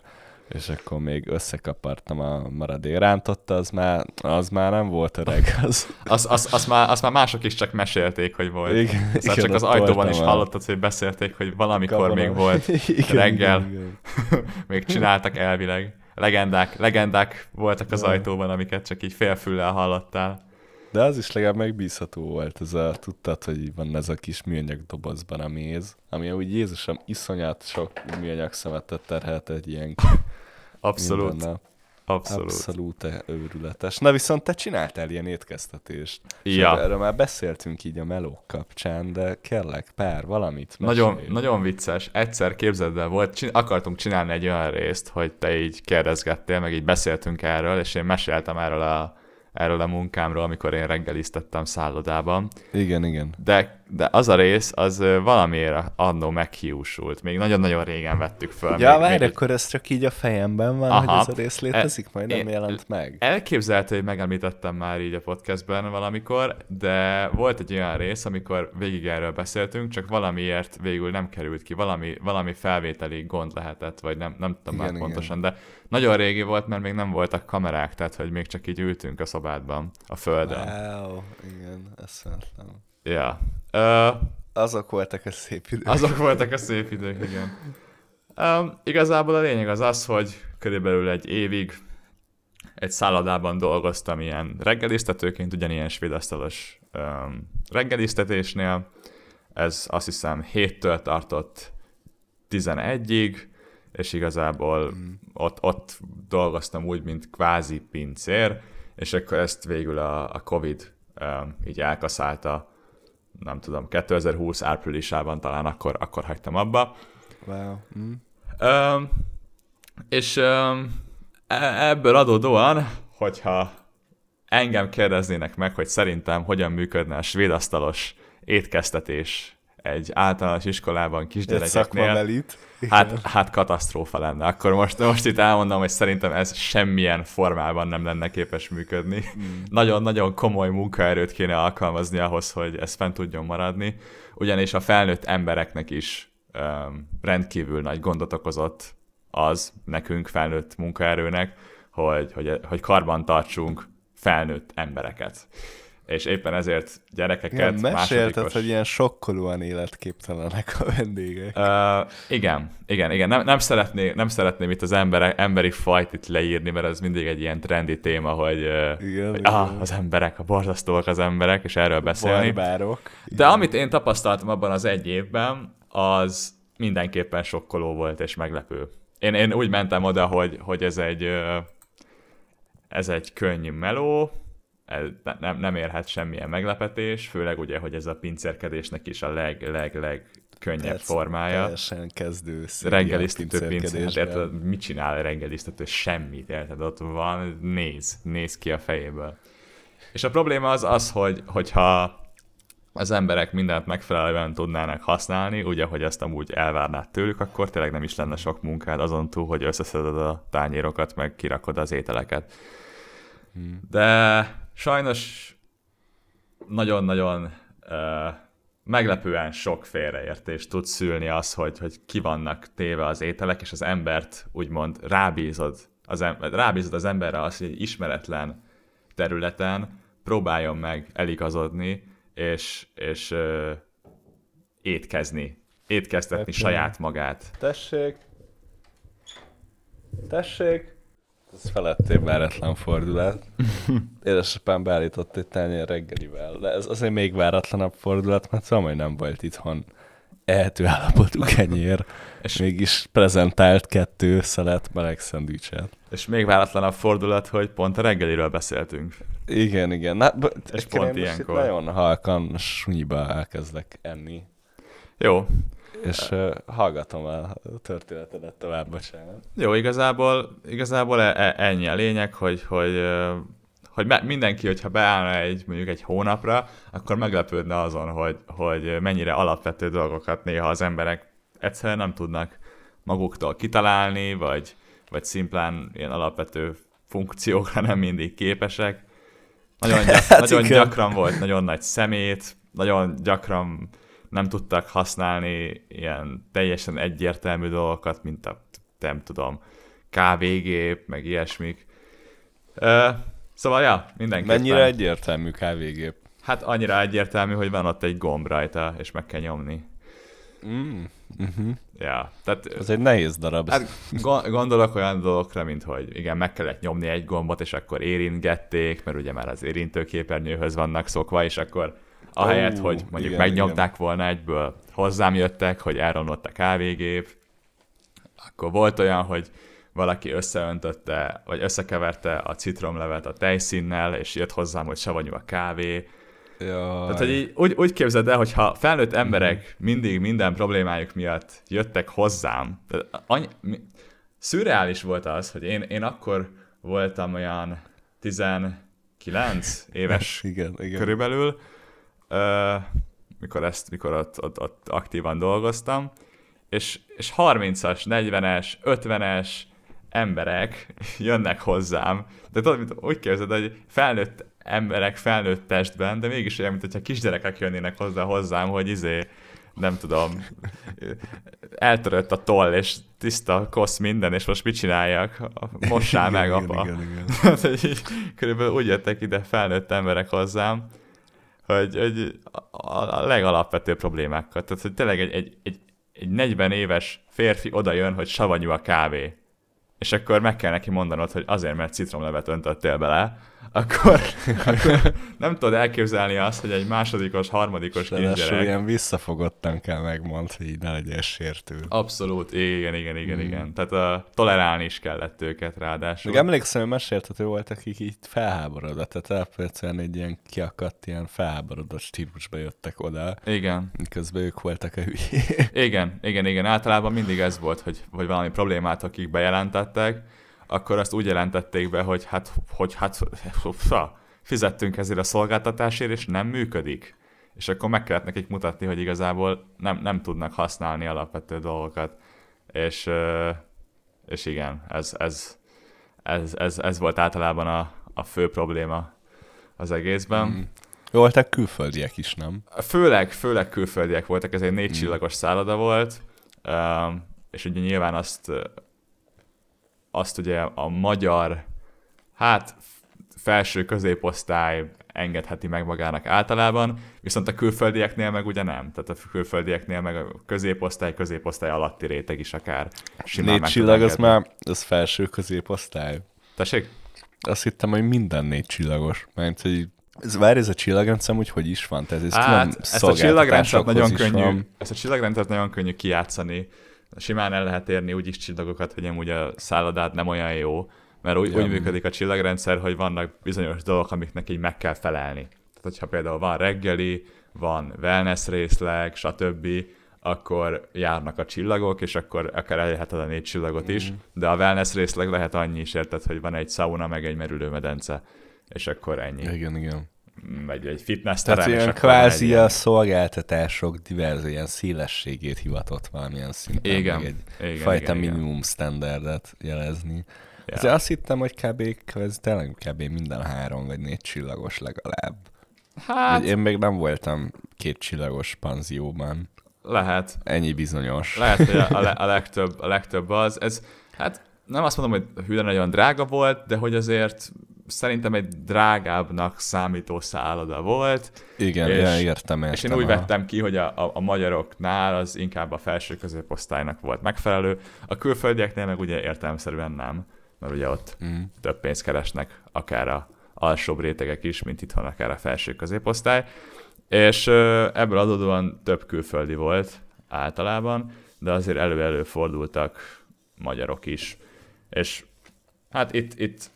B: És akkor még összekapartam a maradék rántotta, az már, az már nem volt öreg. Az.
A: Azt az, az már, az már mások is csak mesélték, hogy volt.
B: Igen,
A: szóval
B: igen,
A: csak az ajtóban is
B: a...
A: hallottad, hogy beszélték, hogy valamikor
B: Gabona.
A: még volt
B: igen,
A: reggel.
B: Igen, igen.
A: még csináltak elvileg. Legendák, legendák voltak az
B: De.
A: ajtóban, amiket csak így félfüllel hallottál.
B: De az is legalább megbízható volt, ez a, tudtad, hogy van ez a kis műanyag dobozban a méz, ami úgy Jézusom iszonyat sok műanyag szemetet terhelt egy ilyen
A: Abszolút.
B: minden nap.
A: Abszolút.
B: Abszolút őrületes. Na viszont te csináltál ilyen étkeztetést.
A: Ja.
B: Erről már beszéltünk így a melók kapcsán, de kérlek, pár valamit
A: Nagyon, nagyon vicces. Egyszer képzeld el, volt, csin- akartunk csinálni egy olyan részt, hogy te így kérdezgettél, meg így beszéltünk erről, és én meséltem erről a, erről a munkámról, amikor én reggeliztettem szállodában.
B: Igen, igen.
A: De, de az a rész, az valamiért annó meghiúsult. Még nagyon-nagyon régen vettük föl.
B: Ja,
A: még,
B: várj,
A: még
B: akkor ez csak így a fejemben van,
A: Aha.
B: hogy ez a rész létezik, majd nem
A: Én-
B: jelent meg.
A: Elképzelhető, hogy megemlítettem már így a podcastben valamikor, de volt egy olyan rész, amikor végig erről beszéltünk, csak valamiért végül nem került ki, valami, valami felvételi gond lehetett, vagy nem, nem tudom
B: Igen,
A: már
B: igen.
A: pontosan, de nagyon régi volt, mert még nem voltak kamerák, tehát hogy még csak így ültünk a szobádban, a földön.
B: Wow, igen, eszméletlen.
A: Ja. Ö,
B: Azok voltak a szép idők.
A: azok voltak a szép idők, igen. Um, igazából a lényeg az az, hogy körülbelül egy évig egy szállodában dolgoztam ilyen reggeliztetőként, ugyanilyen svédasztalos um, reggeliztetésnél. Ez azt hiszem héttől tartott tizenegyig, és igazából mm. ott, ott dolgoztam úgy, mint kvázi pincér, és akkor ezt végül a, a Covid um, így elkaszálta, nem tudom, kétezer-húsz áprilisában talán akkor, akkor hagytam abba.
B: Wow. Mm.
A: Um, és um, ebből adódóan, hogyha engem kérdeznének meg, hogy szerintem hogyan működne a svédasztalos étkeztetés egy általános iskolában
B: Egy
A: kisgyerekeknél,
B: szakmabelit.
A: hát, hát katasztrófa lenne. Akkor most, most itt elmondom, hogy szerintem ez semmilyen formában nem lenne képes működni. Mm. Nagyon-nagyon komoly munkaerőt kéne alkalmazni ahhoz, hogy ez fent tudjon maradni. Ugyanis a felnőtt embereknek is um, rendkívül nagy gondot okozott az nekünk, felnőtt munkaerőnek, hogy, hogy, hogy karban tartsunk felnőtt embereket. És éppen ezért gyerekeket,
B: Igen, mesélted,
A: másodikos...
B: hogy ilyen sokkolóan életképtelenek a vendégek.
A: Uh, igen, igen, igen. Nem, nem, szeretné, nem szeretném itt az embere, emberi fajt itt leírni, mert ez mindig egy ilyen trendi téma, hogy uh,
B: Igen,
A: hogy,
B: igen.
A: ah, az emberek, a borzasztóak az emberek, és erről beszélni.
B: Barbárok.
A: De amit én tapasztaltam abban az egy évben, az mindenképpen sokkoló volt és meglepő. Én, én úgy mentem oda, hogy, hogy ez egy uh, ez egy könnyű meló, ez nem, nem érhet semmilyen meglepetés, főleg ugye, hogy ez a pincérkedésnek is a leg-leg-leg könnyebb
B: Ez
A: formája.
B: Teljesen kezdő.
A: Reggelisztető pincér, hát érted, mit csinál a reggelisztető? Semmit, érted? Ott van, néz, néz ki a fejéből. És a probléma az az, hogy, hogyha az emberek mindent megfelelően tudnának használni, ugye, hogy ezt amúgy elvárnád tőlük, akkor tényleg nem is lenne sok munkád azon túl, hogy összeszeded a tányérokat, meg kirakod az ételeket. Hmm. De sajnos nagyon-nagyon uh, meglepően sok félreértést tud szülni az, hogy, hogy ki vannak téve az ételek, és az embert úgymond rábízod az, em- rábízod az emberre azt, hogy egy ismeretlen területen próbáljon meg eligazodni, és, és uh, étkezni, étkeztetni
B: Tettem.
A: saját magát.
B: Tessék! Tessék! Ez felettébb váratlan fordulat. Édesapám beállított egy tányér reggelivel, de ez azért még váratlanabb fordulat, mert szóval nem volt itthon ehető állapotú kenyér, és mégis prezentált kettő szelet meleg szendvicset.
A: És még váratlanabb fordulat, hogy pont a reggeliről beszéltünk.
B: Igen, igen. Na, b-
A: és
B: pont
A: pont ilyenkor.
B: Nagyon halkan sunyiba elkezdek enni.
A: Jó.
B: És uh, hallgatom a történetedet tovább, bocsánat.
A: Jó, igazából, igazából e- e- ennyi a lényeg, hogy, hogy, hogy me- mindenki, hogyha beállna egy, mondjuk egy hónapra, akkor meglepődne azon, hogy, hogy mennyire alapvető dolgokat néha az emberek egyszerűen nem tudnak maguktól kitalálni, vagy, vagy szimplán ilyen alapvető funkciókra nem mindig képesek. Nagyon, gyak-
B: Hát
A: nagyon
B: igen.
A: gyakran volt nagyon nagy szemét, nagyon gyakran nem tudtak használni ilyen teljesen egyértelmű dolgokat, mint a, nem tudom, kávégép, meg ilyesmik. Uh, szóval, ja, mindenképpen.
B: Mennyire egyértelmű kávégép?
A: Hát annyira egyértelmű, hogy van ott egy gomb rajta, és meg kell nyomni.
B: Mm. Uh-huh.
A: Ja, tehát...
B: Ez egy nehéz darab.
A: Hát gondolok olyan dolgokra, mint hogy igen, meg kellett nyomni egy gombot, és akkor érintgették, mert ugye már az érintőképernyőhöz vannak szokva, és akkor ahelyett, oh, hogy mondjuk igen, megnyomták igen. volna egyből, hozzám jöttek, hogy elromlott a kávégép, akkor volt olyan, hogy valaki összeöntötte, vagy összekeverte a citromlevet a tejszínnel, és jött hozzám, hogy savanyú a kávé. Jaj. Tehát, hogy így, úgy, úgy képzeld el, hogyha felnőtt emberek mindig minden problémájuk miatt jöttek hozzám, any, mi, szürreális volt az, hogy én, én akkor voltam olyan tizenkilenc éves
B: igen, igen.
A: körülbelül, uh, mikor, ezt, mikor ott, ott, ott aktívan dolgoztam, és, és harmincas, negyvenes, ötvenes emberek jönnek hozzám. De tudod, úgy képzeld, hogy felnőtt emberek felnőtt testben, de mégis olyan, mint hogyha kisgyerekek jönnének hozzá hozzám, hogy izé, nem tudom, eltörött a toll, és tiszta kosz minden, és most mit csináljak? Mossál meg,
B: igen,
A: apa.
B: Igen, igen, igen.
A: Körülbelül úgy jöttek ide felnőtt emberek hozzám, hogy, hogy a legalapvetőbb problémákat. Tehát, hogy tényleg egy, egy, egy, egy negyven éves férfi oda jön, hogy savanyú a kávé. És akkor meg kell neki mondanod, hogy azért, mert citromlevet öntöttél bele, akkor, akkor nem tudod elképzelni azt, hogy egy másodikos, harmadikos kisgyerek...
B: ilyen visszafogottan kell megmondani, hogy így ne legyen sértő.
A: Abszolút, igen, igen, igen, hmm. igen. Tehát uh, tolerálni is kellett őket ráadásul.
B: Még emlékszem, hogy meséltető volt, akik így felháborodott, tehát elpércen egy ilyen kiakadt, ilyen felháborodott stílusba jöttek oda.
A: Igen.
B: Miközben ők voltak a hülyék.
A: Igen, igen, igen. Általában mindig ez volt, hogy, hogy valami problémát, akik bejelentettek, akkor azt úgy jelentették be, hogy hát, hogy hát fizettünk ezért a szolgáltatásért, és nem működik. És akkor meg kellett nekik mutatni, hogy igazából nem, nem tudnak használni alapvető dolgokat. És, és igen, ez, ez, ez, ez, ez volt általában a, a fő probléma az egészben. Mm.
B: Voltak külföldiek is, nem?
A: Főleg, főleg külföldiek voltak, ez egy négy mm. csillagos szálloda volt, és ugye nyilván azt... azt ugye a magyar, hát felső középosztály engedheti meg magának általában, viszont a külföldieknél meg ugye nem. Tehát a külföldieknél meg a középosztály, középosztály alatti réteg is akár simán
B: négy csillag, az már az felső középosztály.
A: Tessék?
B: Azt hittem, hogy minden négy csillagos. Mert hogy ez, várj, ez a csillagrendszer úgy hogy is van? Tehát ez
A: hát, ezt a csillagrendszert nagyon könnyű, van. Ezt a csillagrendszert nagyon könnyű kijátszani. Simán el lehet érni úgyis csillagokat, hogy amúgy a szállodád nem olyan jó, mert úgy, úgy működik a csillagrendszer, hogy vannak bizonyos dolgok, amiknek így meg kell felelni. Tehát, hogyha például van reggeli, van wellness részleg, stb., akkor járnak a csillagok, és akkor akár elérheted a négy csillagot is, mm. de a wellness részleg lehet annyi is, érted, hogy van egy sauna, meg egy merülőmedence, és akkor ennyi.
B: Igen, igen.
A: Megy egy fitness terem,
B: tehát ilyen kvázi a ilyen... szolgáltatások divers ilyen szélességét hivatott valamilyen szinten.
A: Igen.
B: Egy
A: igen,
B: fajta
A: igen,
B: minimum igen. standardet jelezni. Ja. Azért azt hittem, hogy kb. Ez tényleg kb. Minden három vagy négy csillagos legalább. Hát... Én még nem voltam két csillagos panzióban.
A: Lehet.
B: Ennyi bizonyos.
A: Lehet, hogy a, a, a, legtöbb, a legtöbb az. Ez, hát nem azt mondom, hogy hűen nagyon drága volt, de hogy azért szerintem egy drágábbnak számító szálloda volt.
B: Igen,
A: és,
B: értem, értem.
A: És én úgy a... vettem ki, hogy a, a, a magyaroknál az inkább a felső középosztálynak volt megfelelő. A külföldieknél meg ugye értelemszerűen nem, mert ugye ott mm. több pénzt keresnek, akár a alsóbb rétegek is, mint itthon akár a felső középosztály. És ebből adódóan több külföldi volt általában, de azért elő-elő fordultak magyarok is. És hát itt, itt,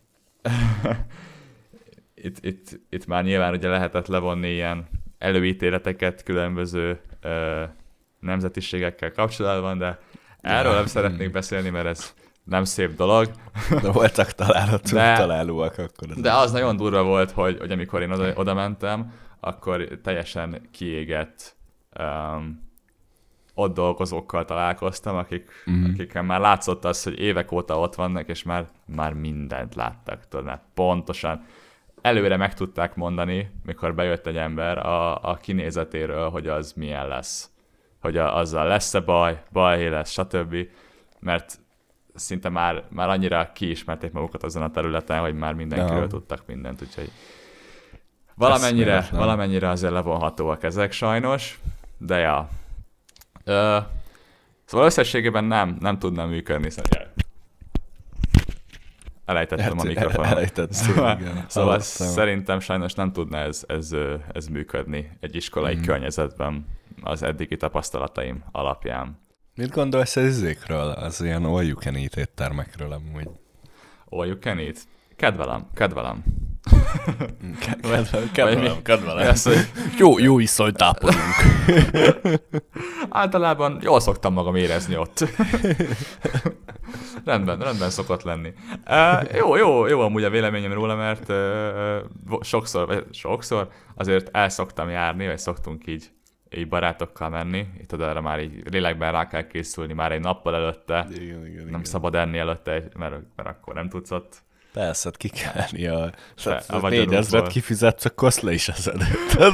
A: itt, itt, itt már nyilván ugye lehetett levonni ilyen előítéleteket különböző ö, nemzetiségekkel kapcsolatban, de erről nem szeretnék beszélni, mert ez nem szép dolog.
B: De voltak található, de, találóak akkor. Az
A: de az nagyon durva volt, hogy, hogy amikor én oda, oda mentem, akkor teljesen kiégett um, ott dolgozókkal találkoztam, akik, mm. akikkel már látszott az, hogy évek óta ott vannak, és már, már mindent láttak. Tudod, már pontosan előre meg tudták mondani, mikor bejött egy ember a, a kinézetéről, hogy az milyen lesz. Hogy a, azzal lesz-e baj, baj lesz, stb. Mert szinte már, már annyira kiismerték magukat azon a területen, hogy már mindenkiről
B: Ja.
A: tudtak mindent, úgyhogy valamennyire,
B: Eszméletlen.
A: valamennyire azért levonhatóak ezek sajnos, de ja. Ö, szóval összességében nem, nem tudna működni. Szóval elejtettem a mikrofonon.
B: Elejtettem,
A: Szóval,
B: igen.
A: szóval
B: Hallottam.
A: szerintem sajnos nem tudna ez, ez, ö, ez működni egy iskolai
B: Mhm.
A: környezetben az eddigi tapasztalataim alapján.
B: Mit gondolsz az izékről, az ilyen all you can eat éttermekről amúgy?
A: All you can eat? Kedvelem, kedvelem.
B: Kedvelem,
A: Vagy mi-
B: kedvelem,
A: mi
B: kedvelem.
A: az, hogy
B: Jó, jó iszony tápolunk.
A: általában jól szoktam magam érezni ott. rendben, rendben szokott lenni. Uh, jó, jó, jó amúgy a véleményem róla, mert uh, sokszor, vagy sokszor azért el szoktam járni, vagy szoktunk így, így barátokkal menni. Itt oda már így lélekben rá kell készülni már egy nappal előtte.
B: Igen, igen,
A: Nem
B: igen.
A: szabad enni előtte, mert, mert akkor nem tudsz ott.
B: Persze, hát ki kell enni a...
A: a
B: a
A: vagyonunkból.
B: négyezret kifizetsz, akkor azt le is eszed.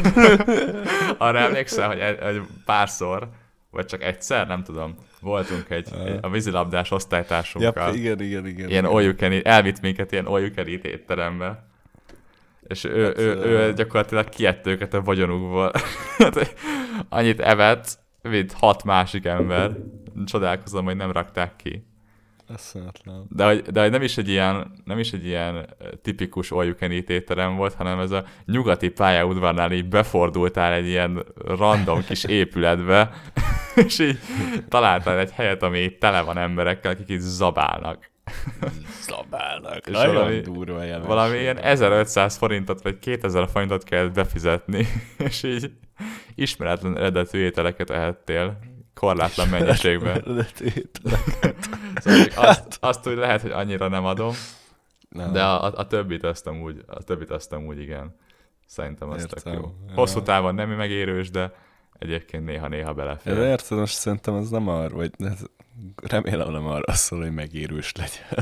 A: Arra emlékszel, hogy egy, egy párszor, vagy csak egyszer, nem tudom, voltunk egy, egy a vízilabdás osztálytársunkkal.
B: Ja, igen, igen, igen.
A: Ilyen
B: igen.
A: all you can eat, elvitt minket ilyen all you can eat étterembe. És ő,
B: Hát,
A: ő, ő gyakorlatilag kiett őket a vagyonukból. Hát, annyit evett, mint hat másik ember. Csodálkozom, hogy nem rakták ki.
B: Eszméletlen.
A: De hogy, de hogy nem is egy ilyen, nem is egy ilyen tipikus all you can eat étterem volt, hanem ez a nyugati pályaudvarnál így befordultál egy ilyen random kis épületbe, és így találtál egy helyet, ami így tele van emberekkel, akik így zabálnak.
B: Zabálnak.
A: És
B: Nagyon
A: valami-
B: durva jelenség.
A: Valami ilyen ezerötszáz forintot vagy kétezer forintot kellett befizetni, és így ismeretlen eredetű ételeket ehettél korlátlan mennyiségben.
B: Eredeti ételek.
A: Szóval azt, azt úgy lehet, hogy annyira nem adom,
B: Nem.
A: de a, a, többit azt amúgy, a többit azt amúgy igen. Szerintem az tök
B: Értem.
A: jó.
B: Ja.
A: Hosszú távon nem megérős, de egyébként néha-néha
B: Ez
A: belefér.
B: érted, most szerintem ez nem arra, vagy ez, remélem nem arra szól, hogy megérős legyen.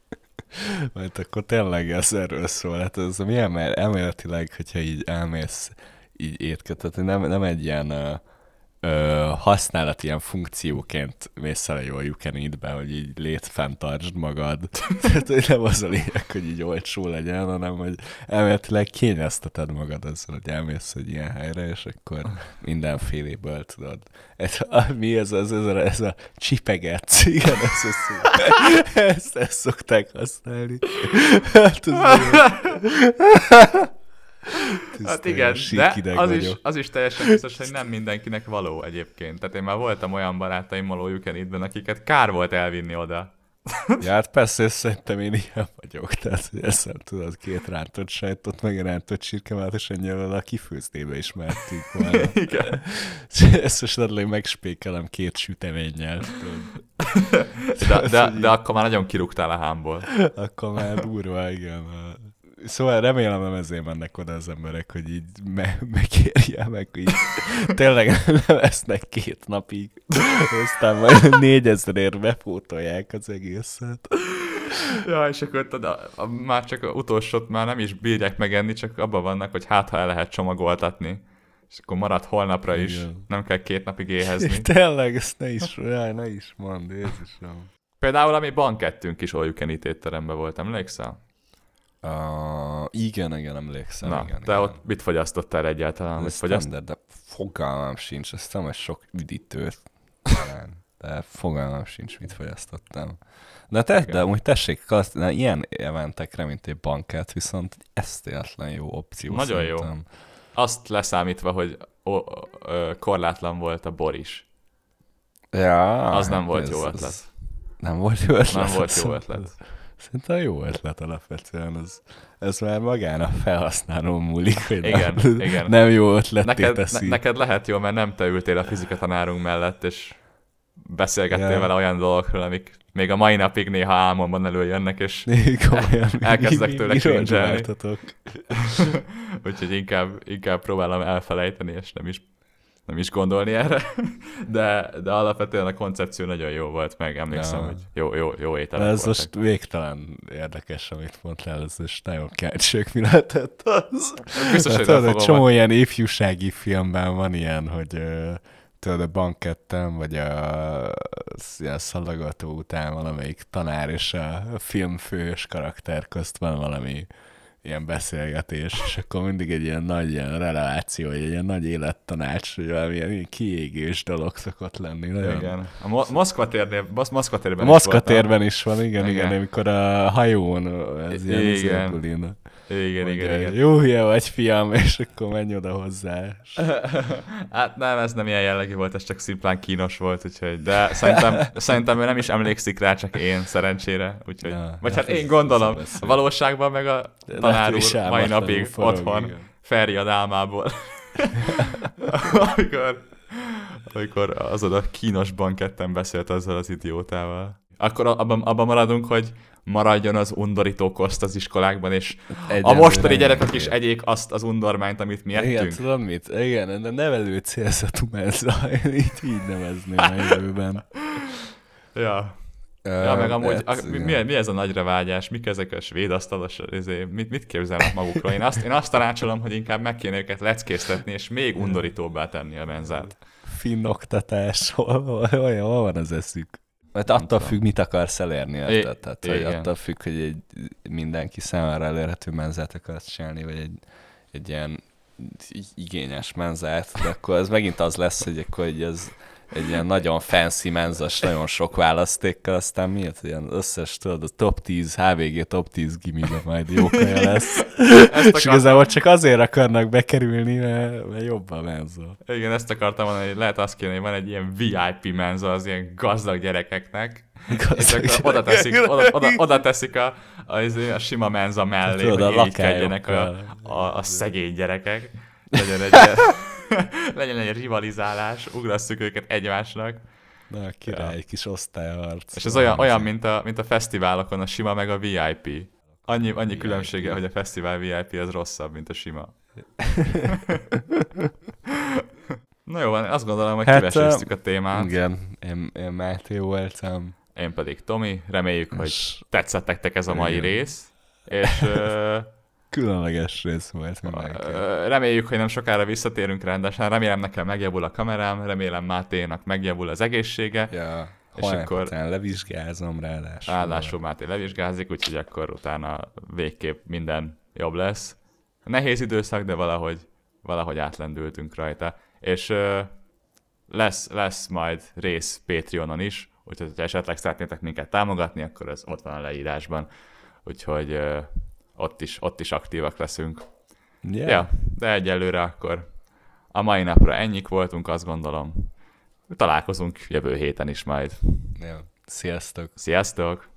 B: Mert akkor tényleg ez erről szól. Hát ez milyen, mert elméletileg, hogyha így elmész így étkeztetni, nem, nem egy ilyen ö, ö, használat, ilyen funkcióként mész el egy all you can eat-be, hogy így létfenntartsd magad. Tehát hogy nem az a lényeg, hogy így olcsó legyen, hanem hogy elméletileg kényezteted magad ezzel, hogy elmész egy ilyen helyre, és akkor mindenféléből tudod. Ez, a, mi ez, ez, ez, a, ez a csipegetsz, igen, ez a szó. Ezt, ezt szokták használni. Hát, ez
A: Hát igen, de az is, az is teljesen biztos, hogy nem mindenkinek való egyébként. Tehát én már voltam olyan barátaimmal all you can eat-ben, akiket kár volt elvinni oda.
B: Ja, hát persze, és szerintem én ilyen vagyok. Tehát, hogy eszem, tudod, két rántott sajtot, meg egy rántott csirkemát, és ennyi a kifőzdébe is mertünk volna.
A: Igen.
B: Ezt most adlak megspékelem két süteménnyel.
A: De, de, de akkor már nagyon kirúgtál a hámból.
B: Akkor már durva, igen. Szóval remélem nem ezért mennek oda az emberek, hogy így me- megérje meg, hogy így tényleg nem esznek két napig, aztán majd négyezerért befótolják az egészet.
A: Ja, és akkor tudod, a, a, már csak a utolsót már nem is bírják megenni, csak abban vannak, hogy hát, ha el lehet csomagoltatni. És akkor marad holnapra is,
B: Igen.
A: nem kell két napig éhezni.
B: Tényleg, ezt ne is, jaj, ne is mondd, Jézusom.
A: Például a mi bankettünk is all you can eat étteremben volt, emlékszel?
B: Uh, igen, igen, emlékszem.
A: Na,
B: igen,
A: te
B: igen.
A: ott mit fogyasztottál egyáltalán? Mit
B: Ez
A: fogyaszt...
B: standard, de fogalmam sincs, azt hiszem, hogy sok üdítőt talán, de fogalmam sincs, mit fogyasztottam. De, te, de amúgy tessék, azt, na, ilyen eventekre, mint egy bankát, viszont esztéletlen jó opció.
A: Nagyon jó.
B: szerintem.
A: Azt leszámítva, hogy o, ö, korlátlan volt a bor is.
B: Ja,
A: Az nem
B: hát
A: volt
B: ez-
A: jó
B: ez
A: ötlet.
B: Nem volt jó ötlet.
A: Nem volt jó
B: ez-
A: ötlet.
B: Szerintem jó ötlet alapvetően. Ez, ez már magán a felhasználó múlik, hogy
A: Igen,
B: nem,
A: igen.
B: nem jó ötletté
A: Neked,
B: teszi.
A: ne, neked lehet jó, mert nem te ültél a fizikatanárunk mellett, és beszélgettél
B: Ja.
A: vele olyan dolgokról, amik még a mai napig néha álmomban előjönnek, és
B: Még komolyan,
A: elkezdek tőle
B: miről
A: cringe-elni.
B: vártatok?
A: úgyhogy inkább, inkább próbálom elfelejteni, és nem is, nem is gondolni erre. De, de alapvetően a koncepció nagyon jó volt, meg emlékszem,
B: Ja.
A: hogy jó, jó, jó
B: De
A: ételek
B: ez
A: voltak.
B: most végtelen érdekes, amit mondtál, ez most nagyon kíváncsiak, mi lehetett az.
A: Biztos,
B: Hát
A: hogy nem
B: tudod, egy
A: fogom
B: csomó ilyen ifjúsági filmben van ilyen, hogy ö, tudod, a banketten, vagy a, a szalagató után valamelyik tanár és a filmfős karakter közt van valami ilyen beszélgetés, és akkor mindig egy ilyen nagy ilyen reláció, egy ilyen nagy élettanács, vagy valamilyen kiégés dolog szokott lenni. Nagyon.
A: Igen. A Mo- Moszkva térnél, Moszkva térben
B: a Moszkva térben is van, igen, igen, igen, amikor a hajón, ez ilyen
A: igen.
B: Zirkulin.
A: Igen, igen, igen.
B: Jó hülye vagy, fiam, és akkor menj oda hozzá.
A: Hát nem, ez nem ilyen jellegű volt, ez csak szimplán kínos volt, úgyhogy, de szerintem, szerintem ő nem is emlékszik rá, csak én szerencsére, úgyhogy, ja, vagy hát, hát én gondolom, a valóságban meg a tanár úr mai napig forog, otthon igen. Ferjad álmából. amikor, amikor azon a kínos banketten beszélt azzal az idiótával. Akkor abban, abban maradunk, hogy maradjon az undorító koszt az iskolákban, és egyen a mostani gyerekek is egyék azt az undormányt, amit mi ettünk.
B: Igen, tudom mit? Igen, de nevelő célzatú menza, így, így nevezném a jövőben.
A: Ja. Ja, meg amúgy, a, mi, mi ez a nagyra vágyás? Mik ezek a svéd asztalos, ezért, mit, mit képzelnek magukról? Én azt, én azt tanácsolom, hogy inkább meg kéne őket leckésztetni, és még undorítóbbá tenni a menzát.
B: Finn oktatás, hol, hol, hol, hol van az eszük? Mert attól függ, mit akarsz elérni, érted? Tehát, hogy attól függ, hogy egy mindenki számára elérhető menzát akarsz csinálni, vagy egy, egy ilyen igényes menzát, de akkor ez megint az lesz, hogy akkor egy, ez, egy ilyen nagyon fancy menzas, nagyon sok választékkal, aztán miért? Ilyen összes, tudod, a top tíz, há vé gé top tíz gimibe majd jó kaja lesz. És igazából csak azért akarnak bekerülni, mert, mert jobb a menza.
A: Igen, ezt akartam mondani, hogy lehet azt kéne, hogy van egy ilyen vé i pé menza az ilyen gazdag gyerekeknek, gazdag és akkor oda teszik, oda, oda, oda teszik a, a, a sima menza mellé, tudod, hogy irigykedjenek a, a, a szegény gyerekek. Legyen egy, legyen egy rivalizálás, ugrasszuk őket egymásnak.
B: Na, király, egy kis osztályharc.
A: És ez olyan, olyan mint, a, mint a fesztiválokon, a sima meg a vé i pé. Annyi, annyi különbsége, hogy a fesztivál vé i pé az rosszabb, mint a sima. Na jó, azt gondolom, hogy hát, kiveséztük a témát.
B: Igen, én, én Máté voltam.
A: Én pedig Tomi. Reméljük, és hogy tetszett nektek ez a mai igen. rész. És...
B: különleges rész volt mindenki.
A: Reméljük, hogy nem sokára visszatérünk rendesen. Remélem nekem megjavul a kamerám, remélem Máténak megjavul az egészsége.
B: Ja, és akkor levizsgázom ráadásul.
A: Ráadásul Máté levizsgázik, úgyhogy akkor utána végképp minden jobb lesz. Nehéz időszak, de valahogy, valahogy átlendültünk rajta. És uh, lesz, lesz majd rész Patreonon is, úgyhogy ha esetleg szeretnétek minket támogatni, akkor ez ott van a leírásban. Úgyhogy... Uh, Ott is, ott is aktívak leszünk. Yeah. Ja, de egyelőre akkor a mai napra ennyik voltunk, azt gondolom. Találkozunk jövő héten is majd.
B: Ja. Sziasztok!
A: Sziasztok!